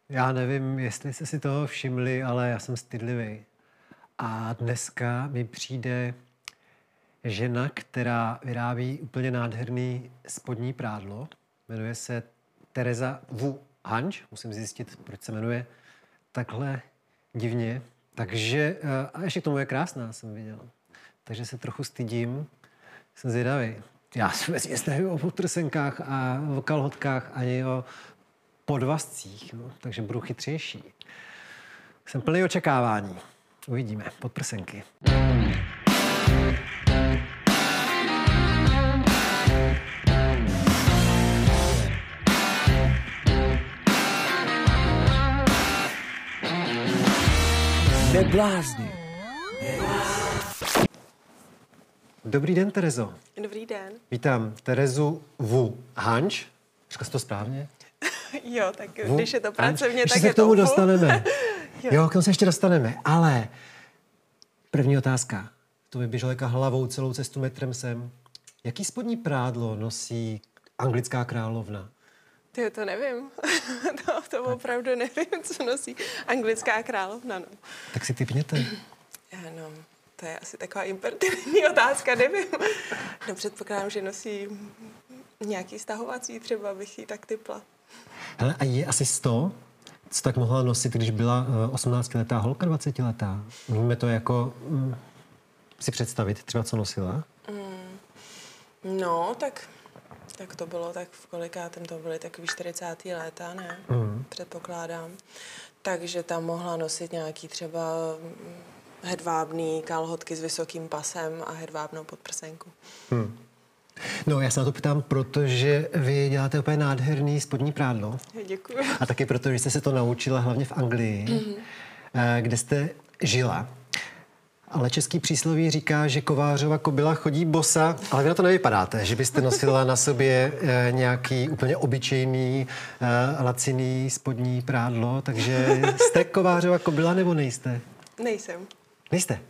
Já nevím, jestli jste si toho všimli, ale já jsem stydlivý. A dneska mi přijde žena, která vyrábí úplně nádherný spodní prádlo. Jmenuje se Tereza Wu Hanč. Musím zjistit, proč se jmenuje takhle divně. Takže, a ještě k tomu je krásná, jsem viděl. Takže se trochu stydím. Jsem zvědavý. Já si vůbec nevím o podprsenkách a o kalhotkách ani o podvazcích, no, takže budu chytřejší. Jsem plný očekávání. Uvidíme. Podprsenky. Neblázni. Dobrý den, Terezo. Dobrý den. Vítám Terezu Wu Hanč. Říkal jsi to správně? Jo, tak když je to pracovně, tak ještě je se k tomu to dostaneme. Jo, k tomu se ještě dostaneme. Ale první otázka. To mi běžela hlavou celou cestu metrem sem. Jaký spodní prádlo nosí anglická královna? Ty to nevím. to opravdu nevím, co nosí anglická královna. No. Tak si tipněte. No, to je asi taková impertinentní otázka, nevím. No, předpokládám, že nosí nějaký stahovací, třeba bych jí tak tipla. Hele, a je asi 100, co tak mohla nosit, když byla 18letá holka, 20letá? Můžeme to jako si představit, třeba co nosila? No, tak to bylo tak v kolikátém, to byly takový 40. léta, ne? Předpokládám. Takže tam mohla nosit nějaký třeba hedvábný kalhotky s vysokým pasem a hedvábnou podprsenku. No, já se na to ptám, protože vy děláte úplně nádherný spodní prádlo. Děkuji. A taky proto, že jste se to naučila hlavně v Anglii, kde jste žila. Ale český přísloví říká, že kovářova kobyla chodí bosa, ale vy na to nevypadáte, že byste nosila na sobě nějaký úplně obyčejný, laciný spodní prádlo, takže jste kovářova kobyla nebo nejste? Nejsem. Nejste?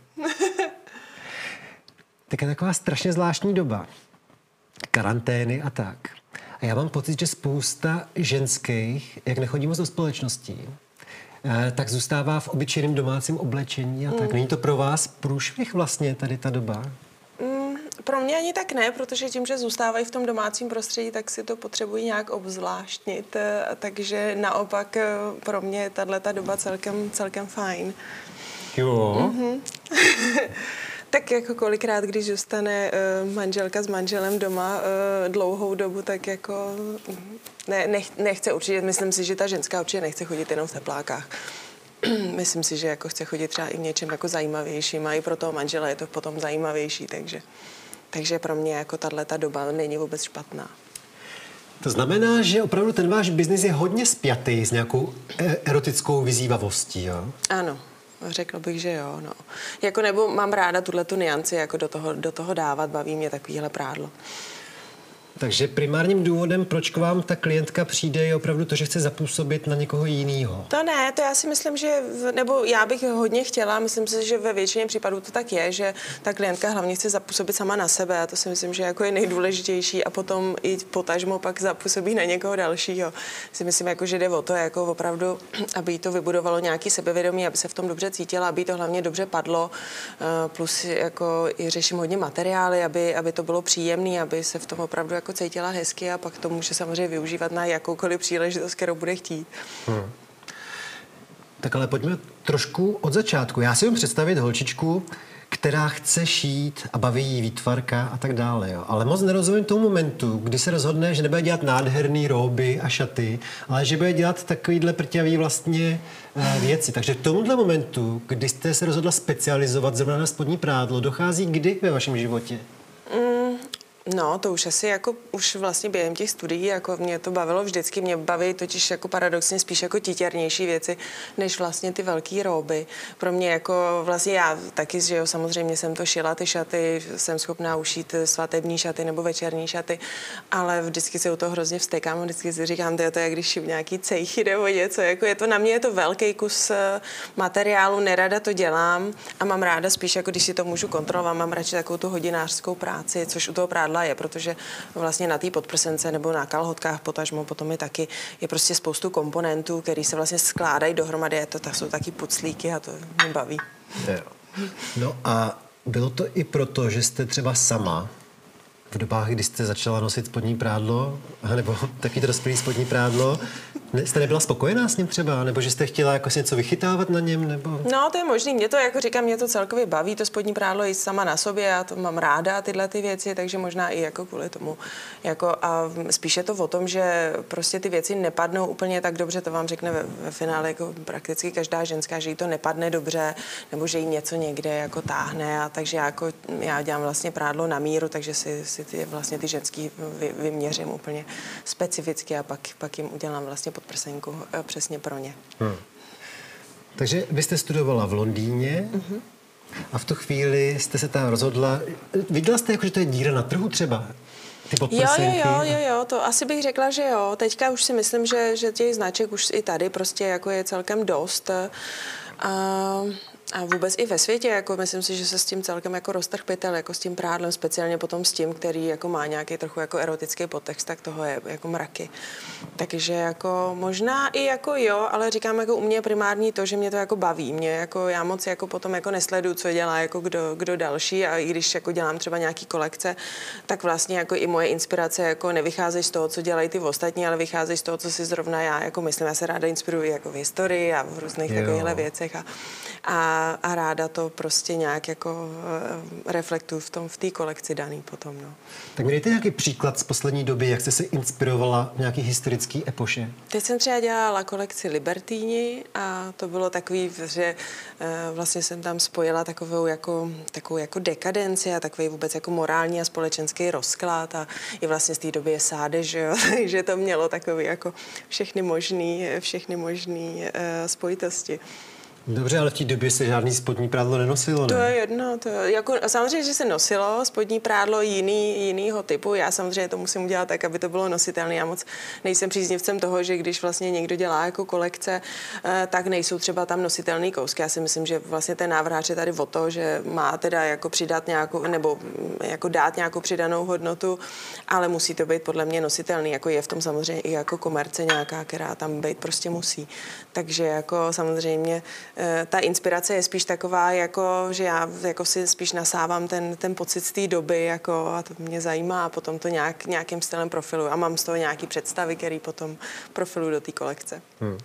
Tak je taková strašně zvláštní doba. Karantény a tak. A já mám pocit, že spousta ženských, jak nechodí moc do společnosti, tak zůstává v obyčejném domácím oblečení a tak. Není to pro vás průšvih vlastně tady ta doba? Pro mě ani tak ne, protože tím, že zůstávají v tom domácím prostředí, tak si to potřebují nějak obzvláštnit. Takže naopak pro mě je tato doba celkem fajn. Jo. Tak jako kolikrát, když zůstane manželka s manželem doma dlouhou dobu, tak jako nechce určitě, myslím si, že ta ženská určitě nechce chodit jenom v teplákách. Myslím si, že jako chce chodit třeba i v něčem jako zajímavějším a i pro toho manžela je to potom zajímavější, takže pro mě jako tato doba není vůbec špatná. To znamená, že opravdu ten váš biznis je hodně spjatý s nějakou erotickou vyzývavostí, jo? Ano. Řekl bych, že jo, no. Jako nebo mám ráda tuhletu nianci, jako do toho dávat, baví mě takovýhle prádlo. Takže primárním důvodem, proč k vám ta klientka přijde, je opravdu to, že chce zapůsobit na někoho jinýho. To ne, to já si myslím, že, nebo já bych hodně chtěla, myslím si, že ve většině případů to tak je, že ta klientka hlavně chce zapůsobit sama na sebe a to si myslím, že jako je nejdůležitější a potom i potažmo pak zapůsobí na někoho dalšího. Si myslím, jako, že jde o to, jako opravdu, aby jí to vybudovalo nějaký sebevědomí, aby se v tom dobře cítila, aby jí to hlavně dobře padlo, plus jako i řeším hodně materiály, aby to bylo příjemné, aby se v tom opravdu jako cítila hezky a pak to může samozřejmě využívat na jakoukoliv příležitost, kterou bude chtít. Tak ale pojďme trošku od začátku. Já si můžu představit holčičku, která chce šít a baví jí výtvarka a tak dále. Jo. Ale moc nerozumím tomu momentu, kdy se rozhodne, že nebude dělat nádherný róby a šaty, ale že bude dělat takovýhle prťavý vlastně věci. Takže v tomhle momentu, kdy jste se rozhodla specializovat zrovna na spodní prádlo, dochází kdy ve vašem životě? No, to už asi jako už vlastně během těch studií, jako mě to bavilo vždycky, mě baví totiž jako paradoxně spíš jako titěrnější věci, než vlastně ty velký róby. Pro mě jako vlastně já taky, že jo, samozřejmě jsem to šila ty šaty, jsem schopná ušít svatební šaty nebo večerní šaty, ale vždycky se u toho hrozně vztekám a vždycky si říkám, to je, když šiju nějaký cejchy nebo něco, jako je to na mě je to velký kus materiálu, nerada to dělám a mám ráda spíš, jako když si to můžu kontrolovat, mám radši takovou tu hodinářskou práci, což u toho prádla prádla je, protože vlastně na té podprsence nebo na kalhotkách potažmo potom je prostě spoustu komponentů, které se vlastně skládají dohromady. To jsou taky puclíky a to mě baví. No a bylo to i proto, že jste třeba sama v dobách, kdy jste začala nosit spodní prádlo, nebo taky to dospělý spodní prádlo, jste nebyla spokojená s ním třeba? Nebo že jste chtěla jako si něco vychytávat na něm? Nebo... No, to je možný. Mě to, jako říkám, mě to celkově baví, to spodní prádlo i sama na sobě, já to mám ráda, tyhle ty věci, takže možná i jako kvůli tomu. Jako, a spíš je to o tom, že prostě ty věci nepadnou úplně tak dobře, to vám řekne ve finále jako prakticky každá ženská, že jí to nepadne dobře, nebo že jí něco někde jako táhne, a takže já dělám vlastně prádlo na míru, takže si ty ženský vyměřím úplně specificky a pak jim udělám vlastně podprsenku přesně pro ně. Takže vy jste studovala v Londýně a v tu chvíli jste se tam rozhodla. Viděla jste, jako, že to je díra na trhu třeba? Ty podprsenky? Jo, to asi bych řekla, že jo. Teďka už si myslím, že těch značek už i tady prostě jako je celkem dost. A vůbec i ve světě, jako myslím si, že se s tím celkem jako roztrh pytel, jako s tím prádlem, speciálně potom s tím, který jako má nějaký trochu jako erotický podtext, tak toho je jako mraky. Takže jako možná i jako jo, ale říkám, jako u mě je primární to, že mě to jako baví. Mě jako, já moc jako potom jako nesleduju, co dělá jako kdo další, a i když jako dělám třeba nějaký kolekce, tak vlastně jako i moje inspirace jako nevycházejí z toho, co dělají ty ostatní, ale vycházejí z toho, co si zrovna já jako myslím. Já se ráda inspiruji jako v historii a v různých takovýchhle věcech a ráda to prostě nějak jako reflektuju v té kolekci daný potom, no. Tak mi dejte nějaký příklad z poslední doby, jak jste se inspirovala v nějaký historický epoše? Teď jsem třeba dělala kolekci Libertíni a to bylo takový, že vlastně jsem tam spojila takovou jako dekadenci a takový vůbec jako morální a společenský rozklad a i vlastně z té doby je sádež, že jo, takže to mělo takový jako všechny možný spojitosti. Dobře, ale v té době se žádný spodní prádlo nenosilo, ne? To je jedno. Jako, samozřejmě, že se nosilo spodní prádlo jinýho typu. Já samozřejmě to musím udělat tak, aby to bylo nositelné. Já moc nejsem příznivcem toho, že když vlastně někdo dělá jako kolekce, tak nejsou třeba tam nositelné kousky. Já si myslím, že vlastně ten návrhář je tady o to, že má teda jako přidat nějakou, nebo jako dát nějakou přidanou hodnotu, ale musí to být podle mě nositelný. Jako je v tom samozřejmě i jako komerce nějaká, která tam být prostě musí. Takže jako samozřejmě ta inspirace je spíš taková, jako, že já jako si spíš nasávám ten pocit z té doby jako, a to mě zajímá a potom to nějakým stylem profiluju a mám z toho nějaký představy, který potom profiluju do té kolekce.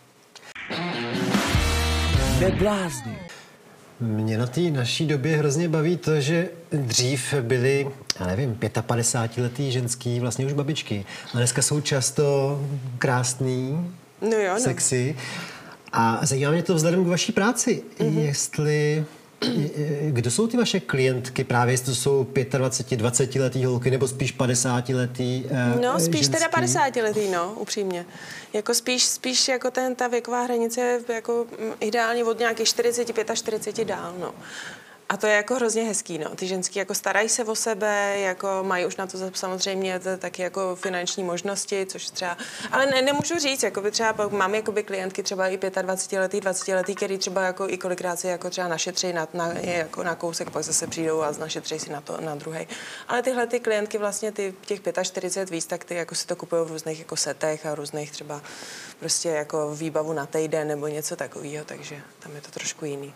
Mě na té naší době hrozně baví to, že dřív byly, já nevím, 55letý ženský, vlastně už babičky. A dneska jsou často krásný, sexy. A zajímá mě to vzhledem k vaší práci. Kdo jsou ty vaše klientky? Právě jestli to jsou 25-20letý holky nebo spíš 50letý No, spíš ženský? teda 50letý, no, upřímně. Jako spíš jako ta věková hranice je jako ideálně od nějakých 45 dál, no. A to je jako hrozně hezký, no. Ty ženský jako starají se o sebe, jako mají už na to samozřejmě taky jako finanční možnosti, což třeba, ale nemůžu říct, jakoby třeba mám jakoby klientky třeba i 25letý, 20letý, který třeba jako i kolikrát si jako třeba našetří jako na kousek, pak zase přijdou a našetří si na druhej. Ale tyhle ty klientky vlastně těch 45 víc, tak ty jako si to kupují v různých jako setech a různých třeba prostě jako výbavu na týden nebo něco takového, takže tam je to trošku jiný.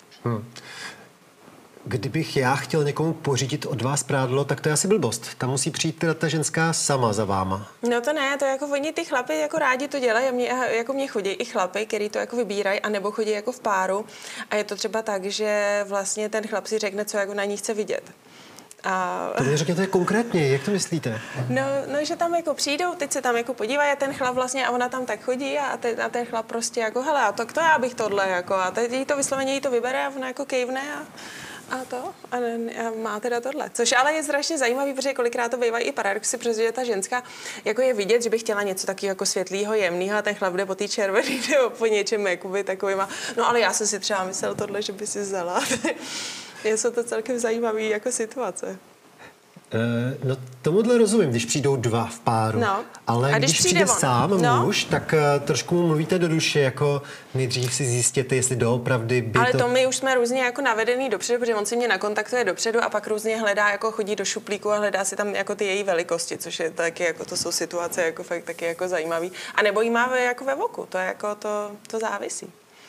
Kdybych já chtěl někomu pořídit od vás prádlo, tak to je asi blbost. Tam musí přijít teda ta ženská sama za váma. No to ne, to jako oni ty chlapy jako rádi to dělají a mě chodí i chlapy, který to jako vybírají, anebo chodí jako v páru a je to třeba tak, že vlastně ten chlap si řekne, co jako na ní chce vidět. To mi řekněte konkrétně, jak to myslíte? No, že tam jako přijdou, teď se tam jako podívají a ten chlap vlastně a ona tam tak chodí a ten chlap prostě jako hele, a to já bych tohle jako a teď jí to vysloveně jí to vybere a ona jako kejvne a má teda tohle. Což ale je strašně zajímavý, protože kolikrát to bývají i paradoxy, protože ta ženská jako je vidět, že by chtěla něco takového jako světlýho, jemného a ten chlap jde po té červený nebo po něčem jakoby takovýma. No ale já jsem si třeba myslel tohle, že by si vzala. Jsou to celkem zajímavé jako situace. No tomuhle rozumím, když přijdou dva v páru, No. ale A když přijde sám muž, tak trošku mu mluvíte do duše, jako nejdřív si zjistěte, jestli doopravdy by ale to my už jsme různě jako navedený dopředu, protože on si mě nakontaktuje dopředu a pak různě hledá, jako chodí do šuplíku a hledá si tam jako ty její velikosti, což je taky jako to jsou situace jako fakt taky jako zajímavý. A nebo jí má jako ve voku, to je jako to závisí.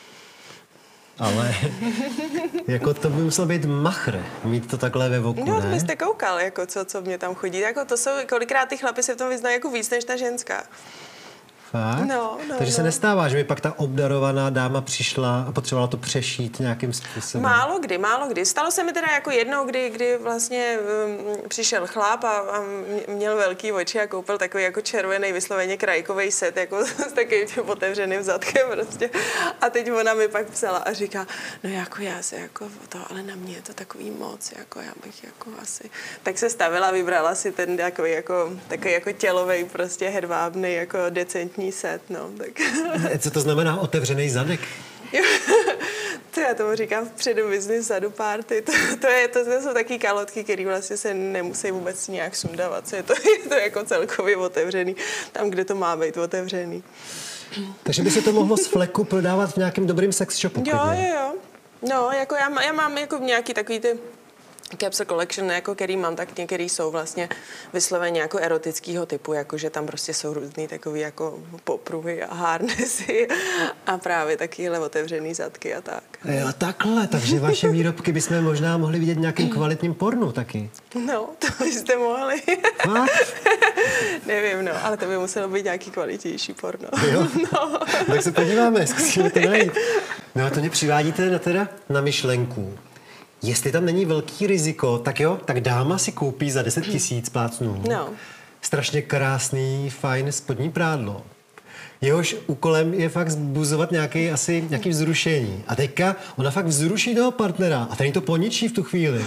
Ale jako to by musel být machr, mít to takhle ve voku, No, ne? to byste koukal, jako co mě tam chodí. Jako to jsou, kolikrát ty chlapi se v tom vyznají jako víc než ta ženská. Fakt? No, Takže se nestává, že by pak ta obdarovaná dáma přišla a potřebovala to přešít nějakým způsobem. Málo kdy. Stalo se mi teda jako jednou, kdy vlastně přišel chlap a měl velký oči a koupil takový jako červený, vysloveně krajkový set, jako s takovým tím otevřeným zadkem prostě. A teď ona mi pak psala a říká, no jako já se jako to, ale na mě je to takový moc, jako já bych jako asi. Tak se stavila, vybrala si ten takový jako tělovej, prostě hedvábný, jako decentní set, no, tak. Co to znamená otevřený zadek? To já tomu říkám vpředu business, zadu party. To jsou taky kalotky, které vlastně se nemusí vůbec nějak sundávat. Je to jako celkově otevřený, tam, kde to má být otevřený. Takže by se to mohlo z fleku prodávat v nějakém dobrým sex shopu. Jo. No, jako já mám jako nějaký takový ty capsule collection, jako který mám, tak některý jsou vlastně vysloveně jako erotického typu, jako že tam prostě jsou různý takový jako popruhy a harnesy a právě takovýhle otevřený zadky a tak. Jo, takhle, takže vaše výrobky bychom možná mohli vidět v nějakým kvalitním pornu taky. No, to byste mohli. Nevím, no, ale to by muselo být nějaký kvalitnější porno. Jo? No. Tak se podíváme, zkusíme to najít. No a to mě přivádíte na myšlenku. Jestli tam není velký riziko, tak jo, tak dáma si koupí za 10 000 plácnů. No. Strašně krásný, fajn spodní prádlo. Jehož úkolem je fakt zbuzovat nějaký vzrušení. A teďka ona fakt vzruší toho partnera a ten to poničí v tu chvíli.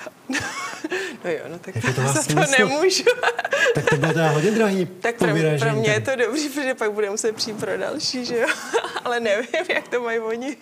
No jo, no tak jako to nemůžu. Tak to bylo teda hodně drahý. Tak pro mě je to dobrý, protože pak bude muset přijít pro další, že jo? Ale nevím, jak to mají oni.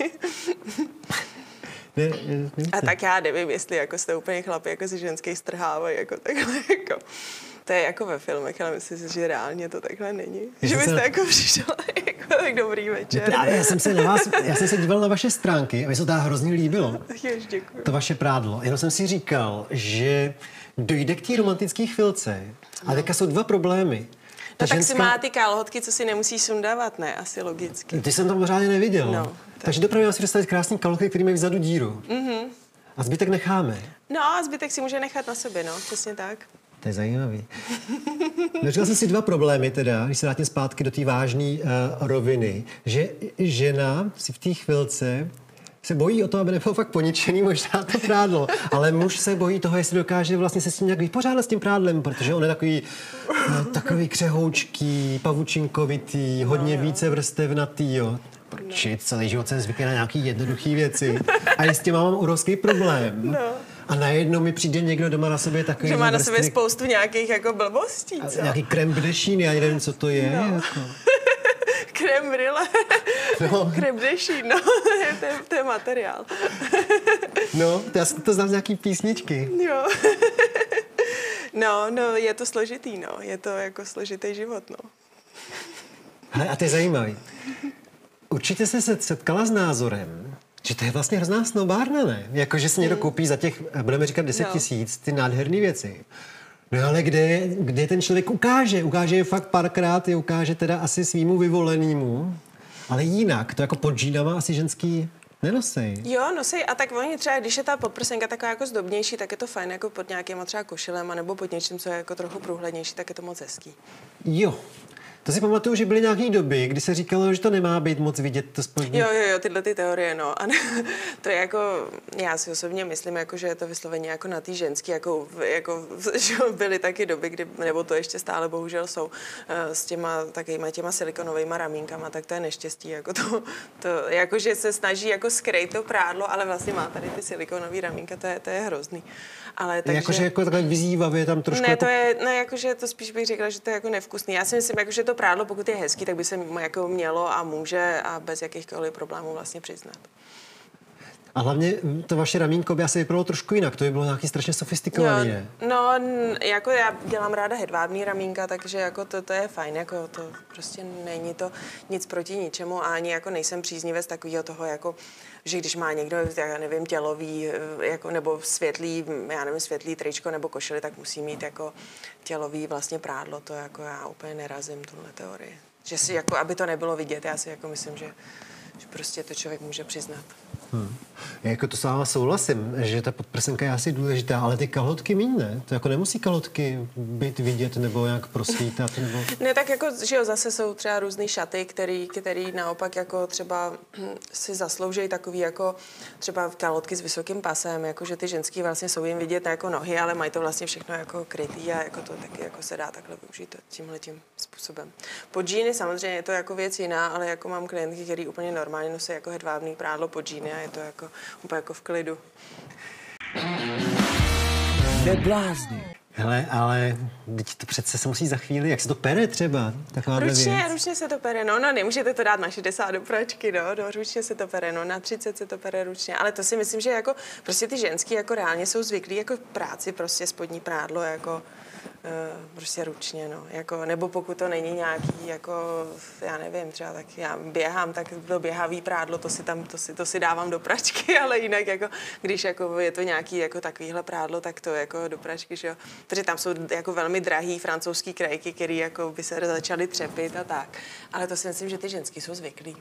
A tak já nevím, jestli jako jste úplně chlapi, jako si ženský strhávají, jako takhle, jako. To je jako ve filmech, ale myslím si, že reálně to takhle není. Že byste jako přišel jako tak dobrý večer. Já jsem se díval na vaše stránky a mi se to hrozně líbilo. Jež, děkuji. To vaše prádlo. Jenom jsem si říkal, že dojde k té romantické chvilce. A teďka jsou dva problémy. No tak si má ty kalhotky, co si nemusí sundávat, ne? Asi logicky. Ty jsem tam pořádně neviděl. No, takže dopravě mám si představit krásný kalhotky, který mají vzadu díru. Mm-hmm. A zbytek necháme. No a zbytek si může nechat na sobě, no. Přesně tak. To je zajímavý. Říkal jsem si dva problémy teda, když se vrátím zpátky do té vážné roviny, že žena si v té chvilce se bojí o to, aby nebylo fakt poničený možná to prádlo, ale muž se bojí toho, jestli dokáže vlastně se s tím nějak vypořádat s tím prádlem, protože on je takový křehoučký, pavučinkovitý, hodně více vrstevnatý, jo. Pročit, celý život jsem zvyklý na nějaký jednoduchý věci a s tím mám obrovský problém. No. A najednou mi přijde někdo doma na sobě takový... Že má na sobě spoustu nějakých jako blbostí, co? Nějaký krem brešín, já nevím, co to je. No. Jako. Krem brille. No. Krem brešín, no. To je materiál. No, já jsem to znal z nějaký písničky. Jo. No, je to složitý, no. Je to jako složitý život, no. Hele, a to je zajímavý. Určitě jsi se setkala s názorem, že to je vlastně hrozná snobárna, ne? Jako, že si někdo koupí za těch, budeme říkat 10 000, ty nádherné věci. No ale kde ten člověk ukáže? Ukáže je fakt párkrát, je ukáže teda asi svýmu vyvolenému. Ale jinak, to jako pod džínama asi ženský nenosej. Jo, nosej. A tak oni třeba, když je ta podprsenka taková jako zdobnější, tak je to fajn jako pod nějakýma třeba košilema nebo pod něčím, co je jako trochu průhlednější, tak je to moc hezký. Jo. To si pamatuju, že byly nějaké doby, kdy se říkalo, že to nemá být moc vidět to spodní. Jo, tyhle ty teorie, no. A to je jako, já si osobně myslím, jako, že je to vysloveně jako na té ženský, jako že byly taky doby, kdy, nebo to ještě stále bohužel jsou, s těma silikonovými ramínkama, tak to je neštěstí, jako to jako, že se snaží jako skrýt to prádlo, ale vlastně má tady ty silikonové ramínka, to je hrozný. Ale takže... Jakože jako takhle vyzývavě tam trošku... Ne, jakože to spíš bych řekla, že to je jako nevkusný. Já si myslím, jako, že to prádlo, pokud je hezký, tak by se jako mělo a může a bez jakýchkoliv problémů vlastně přiznat. A hlavně to vaše ramínko by asi vypadalo trošku jinak, to by bylo nějaký strašně sofistikovaný, ne? No, jako já dělám ráda hedvábný ramínka, takže jako to je fajn, jako to prostě není to nic proti ničemu a ani jako nejsem příznivec takového toho, jako že když má někdo, já nevím, tělový, jako, nebo světlý, já nevím, světlý tričko nebo košili, tak musí mít jako tělový vlastně prádlo, to jako já úplně nerazím tuhle teorii. Že si jako, aby to nebylo vidět, já si jako myslím, že prostě to člověk může přiznat. Jako to s váma souhlasím, že ta podprsenka je asi důležitá, ale ty kalhotky míň, ne? To jako nemusí kalhotky být vidět nebo nějak prosvítat, nebo... Ne, tak jako, že jo, zase jsou třeba různý šaty, který naopak jako třeba si zaslouží takový jako třeba kalhotky s vysokým pasem, jako že ty ženský vlastně jsou jim vidět jako nohy, ale mají to vlastně všechno jako krytý a jako to taky jako se dá takhle využít tímhletím způsobem. Pod džíny samozřejmě je to jako věc jiná, ale jako mám klientky, který úplně normálně nosí jako hedvábný prádlo pod džíny a je to jako úplně jako v klidu. Neblázni. Hele, ale teď to přece se musí za chvíli, jak se to pere třeba, takováhle věc. Ručně se to pere, no, nemůžete to dát na 60 do pračky, no, ručně se to pere, no, na 30 se to pere ručně, ale to si myslím, že jako prostě ty ženský jako reálně jsou zvyklí jako práci prostě spodní prádlo jako prostě ručně, no, jako, nebo pokud to není nějaký, jako, já nevím, třeba tak já běhám, tak to běhavý prádlo, to si dávám do pračky, ale jinak, jako, když jako je to nějaký, jako takovýhle prádlo, tak to jako do pračky, že jo, protože tam jsou jako velmi drahý francouzský krajky, který jako by se začaly třepit a tak, ale to si myslím, že ty ženský jsou zvyklí.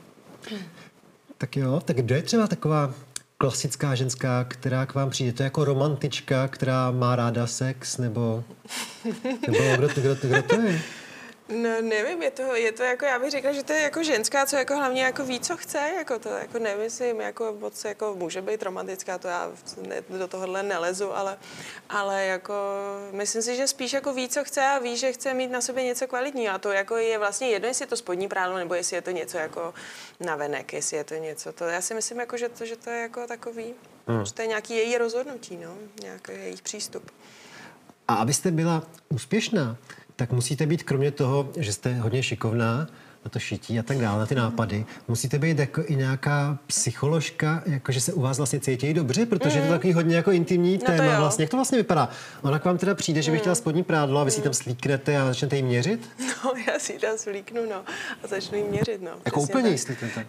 Tak jo, tak kdo je třeba taková klasická ženská, která k vám přijde? To je jako romantička, která má ráda sex, nebo kdo to je? No, nevím, je to jako, já bych řekla, že to je jako ženská, co jako hlavně jako ví, co chce, jako to jako nemyslím, jako moc jako může být romantická, to já do tohohle nelezu, ale jako myslím si, že spíš jako ví, co chce a ví, že chce mít na sobě něco kvalitního a to jako je vlastně jedno, jestli je to spodní prádlo, nebo jestli je to něco jako navenek, jestli je to něco, to já si myslím, jako, že to je jako takový, že to je nějaký její rozhodnutí, no, nějaký jejich přístup. A abyste byla úspěšná, tak musíte být kromě toho, že jste hodně šikovná na to šití a tak dále, na ty nápady, musíte být jako i nějaká psycholožka, jako že se u vás vlastně cítí dobře, protože je to takový hodně jako intimní téma vlastně. Jak to vlastně vypadá? Ona k vám teda přijde, že by chtěla spodní prádlo a vy si tam slíknete a začnete jí měřit? No, já si tam slíknu, no, a začnu jí měřit, no. Jako úplně jí slíknete?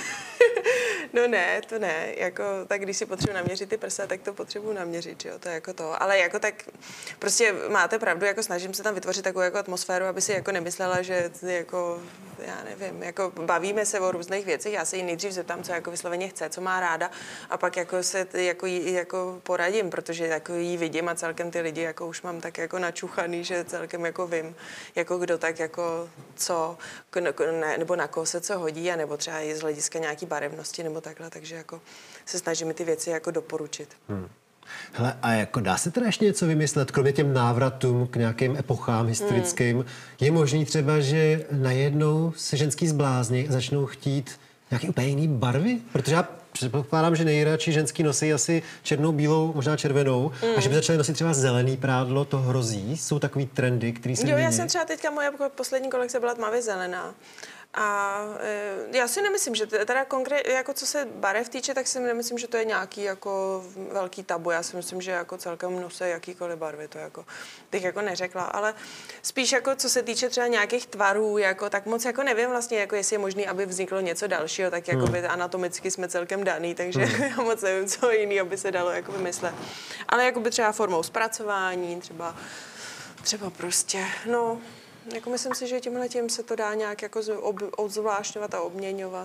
No ne, to ne, jako, tak když si potřebuji naměřit ty prsa, tak to potřebuji naměřit, jo, to je jako to, ale jako tak, prostě máte pravdu, jako snažím se tam vytvořit takovou jako atmosféru, aby si jako nemyslela, že jako, já nevím, jako bavíme se o různých věcech, já se jí nejdřív zeptám, co jako vysloveně chce, co má ráda a pak jako se jako poradím, protože jako jí vidím a celkem ty lidi jako už mám tak jako načuchaný, že celkem jako vím, jako kdo tak jako co, nebo na koho se co hodí, a nebo třeba i z hlediska nějaký barevnosti nebo takhle, takže jako se snažíme ty věci jako doporučit. Hele, a jako dá se teda ještě něco vymyslet, kromě těm návratům k nějakým epochám historickým? Je možný třeba, že najednou se ženský zblázní a začnou chtít nějaký úplně jiný barvy? Protože já předpokládám, že nejradši ženský nosí asi černou, bílou, možná červenou. A že by začali nosit třeba zelený prádlo, to hrozí. Jsou takový trendy, který se mění. Já jsem třeba teďka, moje poslední kolekce byla tmavě zelená. A já si nemyslím, že teda konkrétně, jako co se barev týče, tak si nemyslím, že to je nějaký jako velký tabu. Já si myslím, že jako celkem nosí jakýkoliv barvy, to jako bych jako neřekla, ale spíš jako co se týče třeba nějakých tvarů, jako tak moc jako nevím vlastně, jako jestli je možný, aby vzniklo něco dalšího, tak jako by anatomicky jsme celkem daný, takže já moc nevím, co jiný, aby se dalo jako vymyslet. Ale jako by třeba formou zpracování, třeba prostě, no, jako myslím si, že tímhletím se to dá nějak jako odzvláštňovat a obměňovat.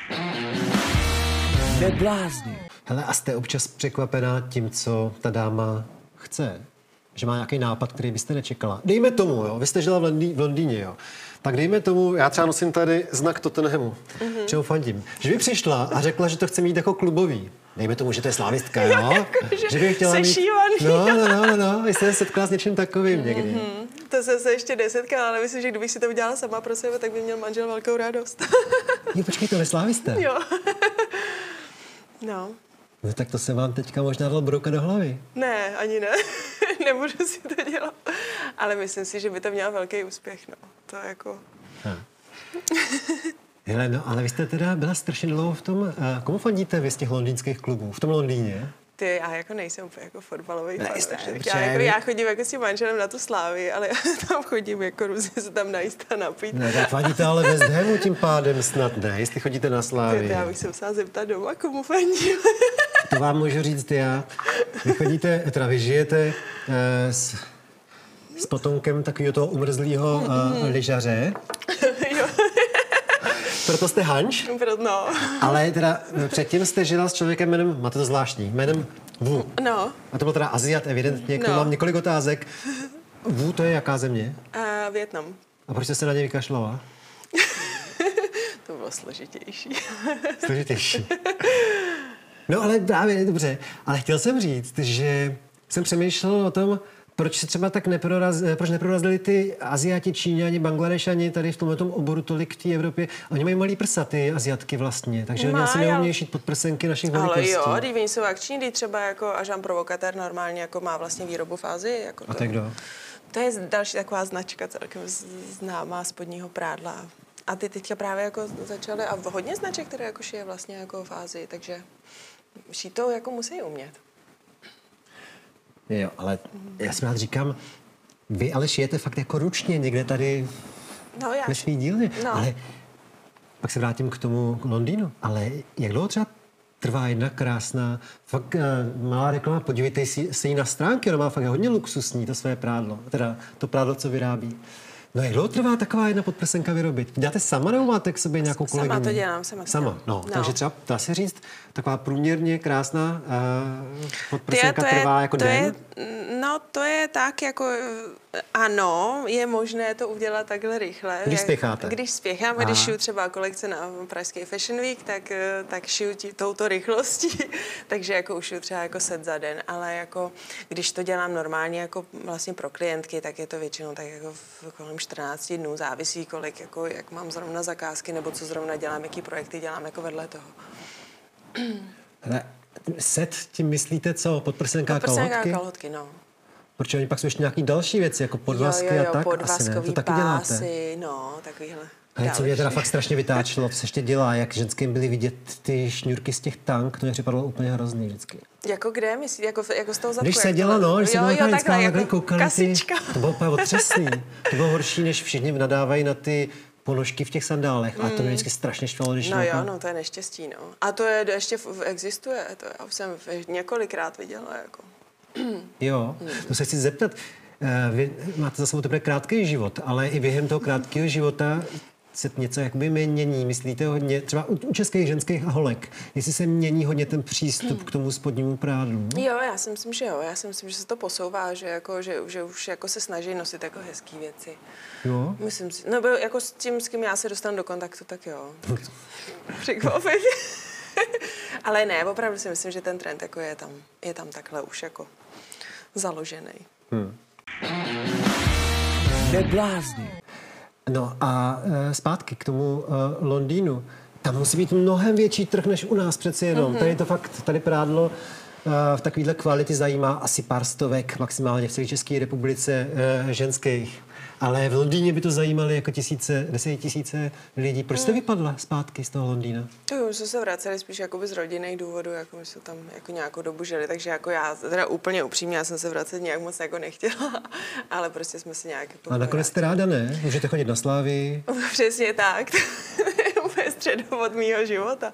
Neblázni. Hele, a jste občas překvapená tím, co ta dáma chce? Že má nějaký nápad, který byste nečekala? Dejme tomu, jo, vy jste žila v Londýně, jo. Tak dejme tomu, já třeba nosím tady znak Tottenhamu, čemu fandím. Že by přišla a řekla, že to chce mít jako klubový. Dejme tomu, že to je slávistka, jo? Že by chtěla mít... No, vy jste se setkala s něčím takovým někdy. To jsem se ještě nesetkala, ale myslím, že kdybych si to udělala sama pro sebe, tak by měl manžel velkou radost. Jo, počkej, to je slávista. Jo. No. No tak to se vám teďka možná dalo brouka do hlavy. Ne, ani ne. Nebudu si to dělat. Ale myslím si, že by to mělo velký úspěch, no. To jako... Hele, no, ale vy jste teda byla strašně dlouho v tom, komu fandíte vy z těch londýnských klubů, v tom Londýně? Ty, já jako nejsem úplně jako fotbalový fanoušek. Ne, Já chodím jako s tím manželem na tu Slávy, ale já tam chodím jako různě se tam najíst a napít. Ne, tak fandíte ale West Hamu tím pádem snad ne, jestli chodíte na Slávy. Já bych se musela zeptat doma, komu fandím. To vám můžu říct já. Vy chodíte, teda vy žijete s potomkem takového toho umrzlého lyžaře. Jo. Proto jste Hanš? No. Ale teda předtím jste žila s člověkem jménem, máte to zvláštní, jménem Wu. No. A to byl teda Aziat evidentně, k tomu mám několik otázek. Wu, to je jaká země? Vietnam. A proč jste se na něj vykašlala? To bylo složitější. Složitější. No ale právě, dobře. Ale chtěl jsem říct, že jsem přemýšlel o tom, proč se třeba tak neprorazili ty Aziati, Číňani, Bangladešani tady v tomto oboru tolik v té Evropě. Oni mají malý prsa, ty Aziatky vlastně, takže oni asi neumějí šít pod prsenky našich velikostí. Ale jo, když oni jsou akční, když třeba jako Agent Provocateur normálně jako má vlastně výrobu v Asii. Jako a tak kdo? To je další taková značka celkem známá spodního prádla. A ty teďka právě jako začaly, a hodně značek, které jako šije vlastně jako v Asii, takže šít to jako musí umět. Jo, ale já si rád říkám, vy ale šijete fakt jako ručně někde tady ve svý dílně. No. Ale pak se vrátím k tomu Londýnu. Ale jak dlouho třeba trvá jedna krásná, fakt malá reklama, podívejte se jí na stránky, ona má fakt hodně luxusní to své prádlo, teda to prádlo, co vyrábí. No jak dlouho trvá taková jedna podprsenka vyrobit? Děláte sama nebo máte k sobě nějakou kolegyni? Sama to dělám, sama. No, takže třeba dá se říct, taková průměrně krásná podprsenka trvá jako den? To je tak, jako ano, je možné to udělat takhle rychle. Když spěcháte? Když spěchám, když šiju třeba kolekce na Pražský Fashion Week, tak šiju touto rychlostí, takže jako ušiju třeba jako set za den, ale jako když to dělám normálně jako vlastně pro klientky, tak je to většinou tak jako kolem 14 dnů, závisí kolik, jako jak mám zrovna zakázky, nebo co zrovna dělám, jaký projekty dělám jako vedle toho. Ale set, tím myslíte co? Podprsenka, kalhotky, no. Protože oni pak jsou ještě nějaký další věci, jako podvazky a tak? Podvazkový to taky pásy, děláte? no, takovýhle. Ale co mě teda fakt strašně vytáčelo, co se ještě dělá, jak ženským byly vidět ty šňůrky z těch tank, to mě připadalo úplně hrozný vždycky. Jako kde, myslíš? Jako z toho zadku? Když se dělala, když se dělala takhle, jako koukali kasička. To bylo úplně otřesný. To bylo horší, než všichni nadávají na ty ponožky v těch sandálech. A to mě vždycky strašně štvalo, když... No jo, to je neštěstí, no. A to je ještě existuje, to já už jsem několikrát viděla, jako. Jo, to se chci zeptat. Vy máte za sebou teprve krátký život, ale i během toho krátkého života se něco jakoby mění. Myslíte hodně, třeba u českých ženských a holek, jestli se mění hodně ten přístup k tomu spodnímu prádlu? Jo, já si myslím, že jo. Já si myslím, že se to posouvá, že už jako se snaží nosit jako hezký věci. Jo? Myslím si, no jako s tím, s kým já se dostanu do kontaktu, tak jo. Překvapivě. Ale ne, opravdu si myslím, že ten trend jako je tam takhle už jako založený. Neblázni. No a zpátky k tomu Londýnu. Tam musí být mnohem větší trh než u nás přeci jenom. Tady je to fakt, tady prádlo v takovéhle kvalitě zajímá asi pár stovek, maximálně v celé České republice ženských. Ale v Londýně by to zajímaly jako desetitisíce lidí. Proč jste vypadla zpátky z toho Londýna? To už jsme se vraceli spíš jakoby z rodinných důvodů, jako my jsme tam jako nějakou dobu žili, takže jako já, teda úplně upřímně, já jsem se vracet nějak moc jako nechtěla, ale prostě jsme se nějak... A nakonec jste ráda, ne? Můžete chodit na Slávy. Přesně tak. Úplně středovod mýho života.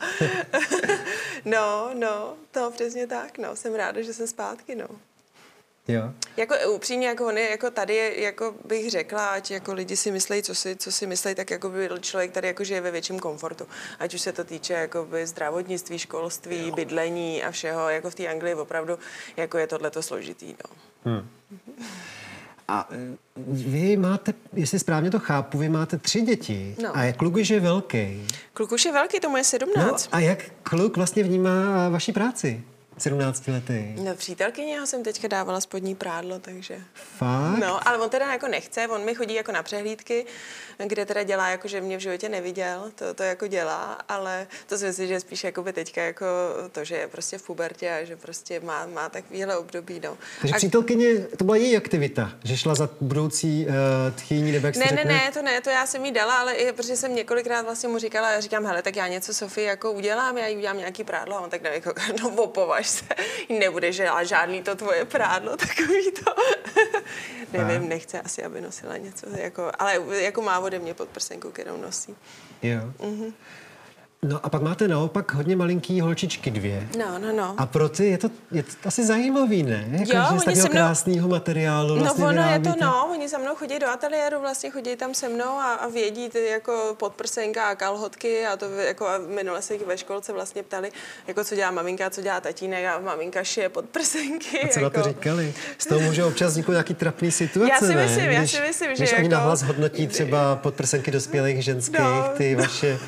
No, přesně tak, no. Jsem ráda, že jsem zpátky, no. Jo. Jako upřímně, jako on je, jako tady je, jako bych řekla, ať jako lidi si myslejí, co si myslejí, tak jako by člověk tady jako žije ve větším komfortu. Ať už se to týče jakoby zdravotnictví, školství, bydlení a všeho, jako v té Anglii opravdu, jako je tohleto složitý, no. A vy máte, jestli správně to chápu, vy máte 3 děti. No. A jak kluk už je velký. Kluk už je velký, tomu je 17. No, a jak kluk vlastně vnímá vaši práci? 17 letý. No, přítelkyně, já jsem teďka dávala spodní prádlo, takže... Fakt? No, ale on teda jako nechce, on mi chodí jako na přehlídky, kde teda dělá jako, že mě v životě neviděl, to jako dělá, ale to si myslím, že spíš jako by teďka jako to, že je prostě v pubertě a že prostě má takovýhle období, no. Takže přítelkyně, to byla její aktivita, že šla za budoucí tchýní, nebo jak se řekne? Ne, to já jsem jí dala, ale i protože jsem několikrát vlastně mu říkala, já říkám, hele, tak já něco Sofii jako udělám, já jí udělám nějaký prádlo a on tak jako, no opovaž se, nebude žádný to tvoje prádlo, takový to. Nevím, nechce asi, aby nosila něco, jako, ale jako má ode mě podprsenku, kterou nosí. Jo. Mm-hmm. No a pak máte naopak hodně malinký holčičky 2. No. A pro ty je to asi zajímavý, ne? Jako, že z takového krásného materiálu vlastně no, ono vyrábíte. je to, oni se mnou chodí do ateliéru, vlastně chodí tam se mnou a vědí ty jako podprsenka a kalhotky a to jako a minule se jich ve školce vlastně ptali, jako co dělá maminka, co dělá tatínek a maminka šije podprsenky. A co jako... na to říkali? Z toho může občas vzniknout nějaký trapný situace, já si myslím, že když oni nahlas hodnotí třeba podprsenky dospělých ženských, ty vaše...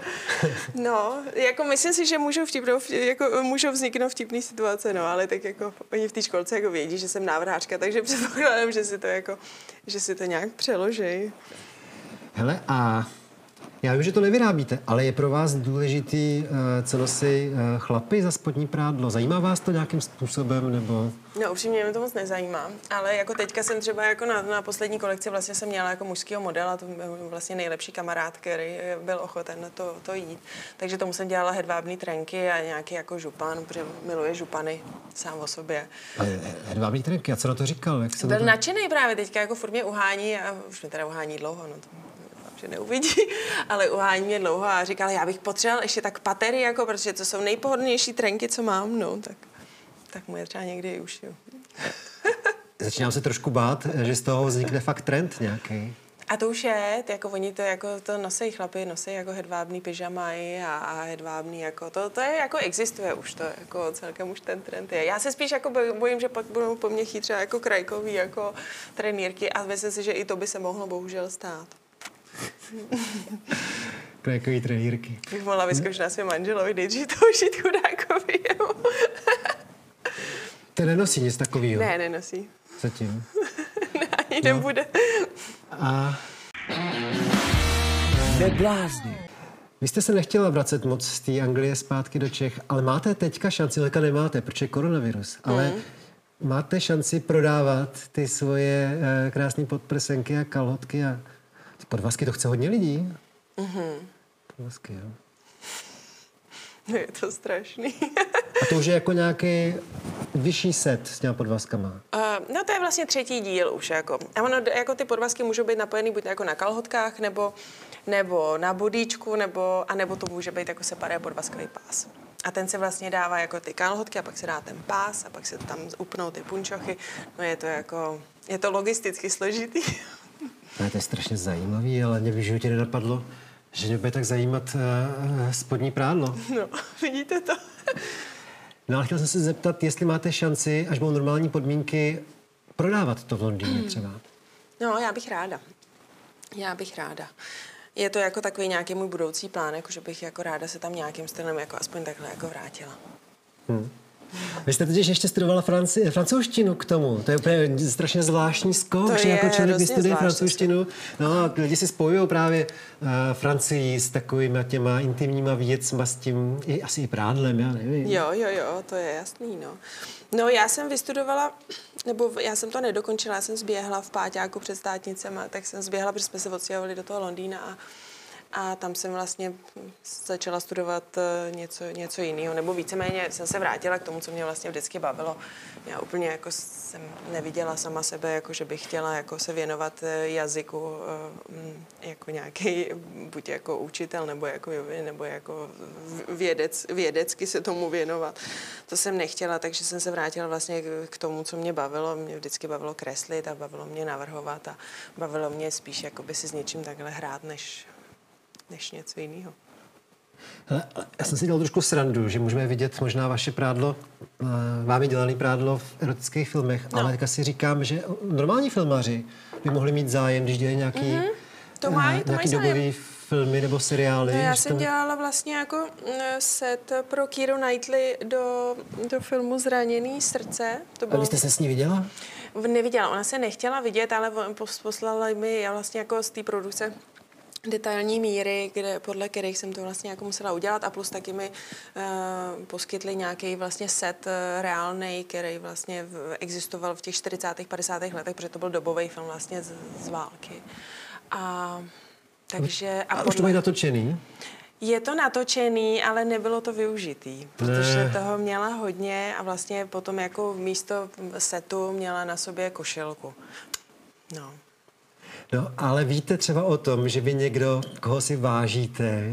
No, jako myslím si, že můžou vzniknout vtipný situace, no, ale tak jako oni v té školce jako vědí, že jsem návrhářka, takže předpokládám, že si to nějak přeloží. Hele, a já vím, že to nevyrábíte, ale je pro vás důležitý, co nosí chlapy za spodní prádlo? Zajímá vás to nějakým způsobem, nebo... No, upřímně mě to moc nezajímá, ale jako teďka jsem třeba jako na poslední kolekci vlastně jsem měla jako mužského modela, to byl vlastně nejlepší kamarád, který byl ochoten na to jít. Takže tomu jsem dělala hedvábný trenky a nějaký jako župan, protože miluje župany sám o sobě. Hedvábný trenky, a co na to říkal? Jak se byl nadšený právě teďka, jako furt mě uhání a už mě teda uhání dlouho, no to že neuvidí, ale uhání mě dlouho a říkal, já bych potřeboval ještě tak patery, jako, protože to jsou nejpohodlnější trenky, co mám, no, tak mu je třeba někdy už, jo. Začínám se trošku bát, že z toho vznikne fakt trend nějaký. A to už je, jako oni to nosí chlapi, nosí jako hedvábný pyžamají a hedvábný, jako to je jako existuje už, to jako celkem už ten trend je. Já se spíš jako bojím, že pak budou po mně chtít třeba jako krajkový, jako trenýrky a myslím si, že i to by se mohlo bohužel stát. Krajkový trenýrky. Bych mohla vyzkoušet na svém manželovi, nejdřív to užít chudákovi. To nenosí nic takového? Ne, nenosí. Zatím? Ne, ani nebude. A... Vy jste se nechtěla vracet moc z té Anglie zpátky do Čech, ale máte teďka šanci, leka nemáte, protože je koronavirus, ale máte šanci prodávat ty svoje krásné podprsenky a kalhotky a podvazky, to chce hodně lidí. Podvazky, jo. No je to strašný. A to už je jako nějaký vyšší set s těma podvazkama. No to je vlastně třetí díl už. Jako. A ono, jako ty podvazky můžou být napojený buď jako na kalhotkách, nebo na bodíčku, nebo to může být jako separé podvazkový pás. A ten se vlastně dává jako ty kalhotky a pak se dá ten pás a pak se tam upnou ty punčochy. No je to logisticky složitý. To je strašně zajímavý, ale mě v životě nenapadlo, že mě bude tak zajímat spodní prádlo. No, vidíte to. No ale chtěl jsem se zeptat, jestli máte šanci, až budou normální podmínky, prodávat to v Londýně třeba. No, já bych ráda. Je to jako takový nějaký můj budoucí plán, jako že bych jako ráda se tam nějakým stylem jako aspoň takhle jako vrátila. Vy jste totiž ještě studovala francouzštinu k tomu. To je úplně strašně zvláštní skok, že jako člověk vystuduje francouzštinu. No, lidi si spojují právě Francii s takovými těma intimníma věcma, s tím asi i prádlem, já nevím. Jo, to je jasný, no. No, já jsem vystudovala, nebo já jsem to nedokončila, já jsem zběhla v páťáku před státnicema, tak jsem zběhla, protože jsme se odstěhovali do toho Londýna a tam jsem vlastně začala studovat něco jiného, nebo víceméně jsem se vrátila k tomu, co mě vlastně vždycky bavilo. Já úplně jako jsem neviděla sama sebe, jako že bych chtěla jako se věnovat jazyku jako nějaký, buď jako učitel, nebo jako vědecky se tomu věnovat. To jsem nechtěla, takže jsem se vrátila vlastně k tomu, co mě bavilo. Mě vždycky bavilo kreslit a bavilo mě navrhovat a bavilo mě spíš jakoby si s něčím takhle hrát, než něco jiného. Hele, já jsem si dělal trošku srandu, že můžeme vidět možná vaše prádlo, vámi dělané prádlo v erotických filmech, ale teďka si říkám, že normální filmaři by mohli mít zájem, když dělají nějaký dobový filmy nebo seriály? No, já jsem dělala vlastně jako set pro Keira Knightley do filmu Zraněný srdce. To bylo... A vy jste se s ní viděla? Neviděla, ona se nechtěla vidět, ale poslala mi já vlastně jako z té produkce detailní míry, podle kterých jsem to vlastně jako musela udělat a plus taky mi poskytli nějaký vlastně set reálnej, který vlastně existoval v těch 40. 50. letech, protože to byl dobový film vlastně z války. Takže, a už to mají natočený? Je to natočený, ale nebylo to využitý, protože toho měla hodně a vlastně potom jako místo setu měla na sobě košilku. No, ale víte třeba o tom, že by někdo, koho si vážíte,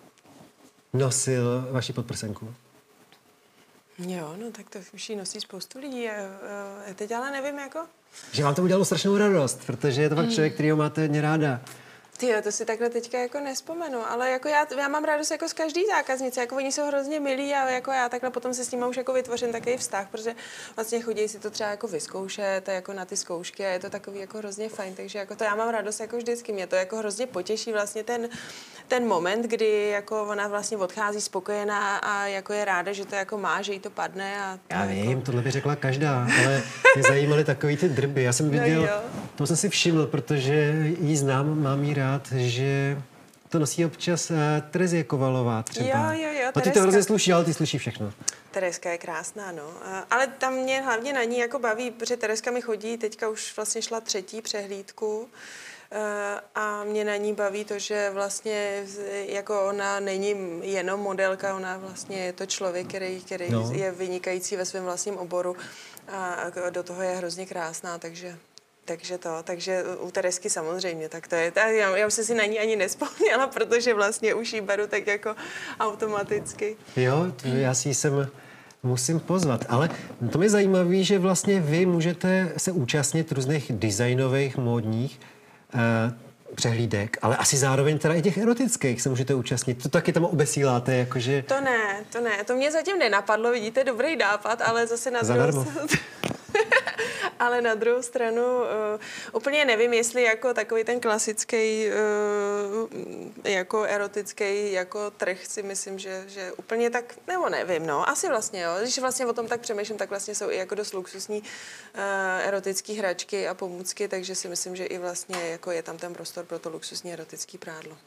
nosil vaši podprsenku? Jo, no tak to už jí nosí spoustu lidí. Teď ale nevím, jako... Že vám to udělalo strašnou radost, protože je to fakt člověk, kterýho máte hodně ráda. Tyjo, to si takhle teďka jako nespomenu, ale jako já mám radost jako z každý zákaznice, jako oni jsou hrozně milí a jako já takhle potom se s nimi už jako vytvořím takový vztah, protože vlastně chodí si to třeba jako vyzkoušet jako na ty zkoušky a je to takový jako hrozně fajn, takže jako to já mám radost jako vždycky, mě to jako hrozně potěší vlastně ten moment, kdy jako ona vlastně odchází spokojená a jako je ráda, že to jako má, že jí to padne a já vím, jako... tohle by řekla každá, ale mě zajímaly takový ty drby, já jsem viděl, to jsem si všiml, protože jí znám, mám jí rád, že to nosí občas Terezie Kovalová třeba. Jo, a ty to hrozně sluší, ale ty sluší všechno. Tereska je krásná, no. Ale tam mě hlavně na ní jako baví, protože Tereska mi chodí, teďka už vlastně šla 3. přehlídku a mě na ní baví to, že vlastně jako ona není jenom modelka, ona vlastně je to člověk, který je vynikající ve svém vlastním oboru a do toho je hrozně krásná, takže u Teresky samozřejmě, tak to je, já už jsem si na ní ani nespomněla, protože vlastně už jí beru tak jako automaticky. Jo, já si ji sem musím pozvat, ale to mě zajímavé, že vlastně vy můžete se účastnit různých designových, módních přehlídek, ale asi zároveň teda i těch erotických se můžete účastnit. To taky tam obesíláte, jakože... To ne, to mě zatím nenapadlo, vidíte, dobrý nápad, ale zase na druhou... Ale na druhou stranu úplně nevím, jestli jako takový ten klasický jako erotický jako trh si myslím, že úplně tak, nebo nevím, no, asi vlastně jo. Když vlastně o tom tak přemýšlím, tak vlastně jsou i jako dost luxusní erotické hračky a pomůcky, takže si myslím, že i vlastně jako je tam ten prostor pro to luxusní erotické prádlo.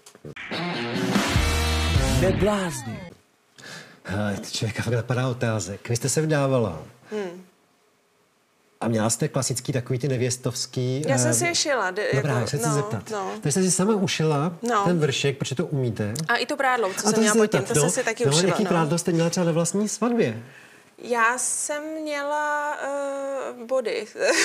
Neblázni. Člověka fakt napadá otázek. Vy jste se vdávala. A měla jste klasický takový ty nevěstovský... Já jsem si je šila. Dobrá, chci se zeptat. Takže jste si sama ušila ten vršek, protože to umíte. A i to prádlo, co jsem měla pod tím, to jsem si taky ušila. Jaký prádlo jste měla třeba na vlastní svatbě? Já jsem měla body.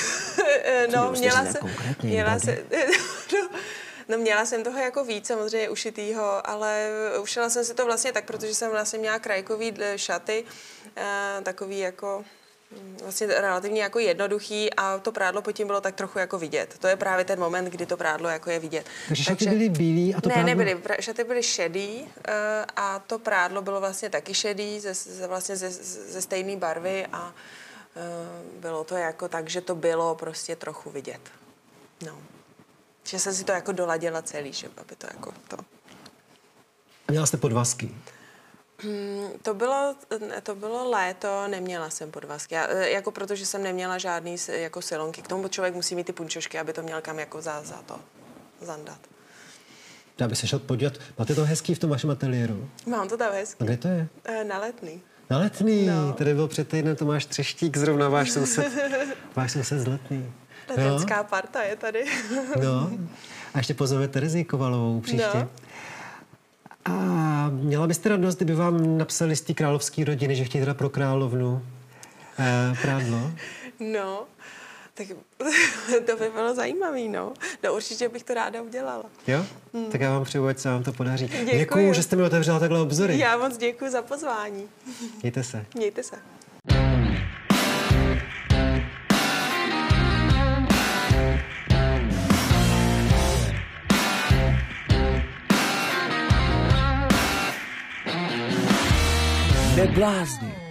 Měla jsem toho jako víc, samozřejmě ušitýho, ale ušila jsem si to vlastně tak, protože jsem vlastně měla krajkový šaty, takový jako... vlastně relativně jako jednoduchý a to prádlo pod tím bylo tak trochu jako vidět. To je právě ten moment, kdy to prádlo jako je vidět. Takže šaty byly bílý a to prádlo... Ne, nebyly. Šaty byly šedý a to prádlo bylo vlastně taky šedý, vlastně ze stejné barvy a bylo to jako tak, že to bylo prostě trochu vidět. No. Že jsem si to jako doladila celý, že aby to jako to... A měla jste podvazky? To bylo léto, neměla jsem podvazky. Jako protože jsem neměla žádný jako silonky. K tomu člověk musí mít ty punčošky, aby to měl kam jako za to zandat. Já bych se šel podívat. Máte to hezký v tom vašem ateliéru? Mám to tam hezký. A kde to je? Na Letný. Na Letný? No. Tady byl před týdnem Tomáš Třeštík, zrovna váš soused z Letný. Letenská parta je tady. No. A ještě pozove Terezii Kovalovou příště. No. A měla byste radost, kdyby vám napsali z té královské rodiny, že chtějí teda pro královnu prádlo? No, tak to by bylo zajímavý, no. No určitě bych to ráda udělala. Jo? Tak já vám přeju, ať se vám to podaří. Děkuju, že jste mi otevřela takhle obzory. Já moc děkuju za pozvání. Mějte se. Mějte se. Neblázni.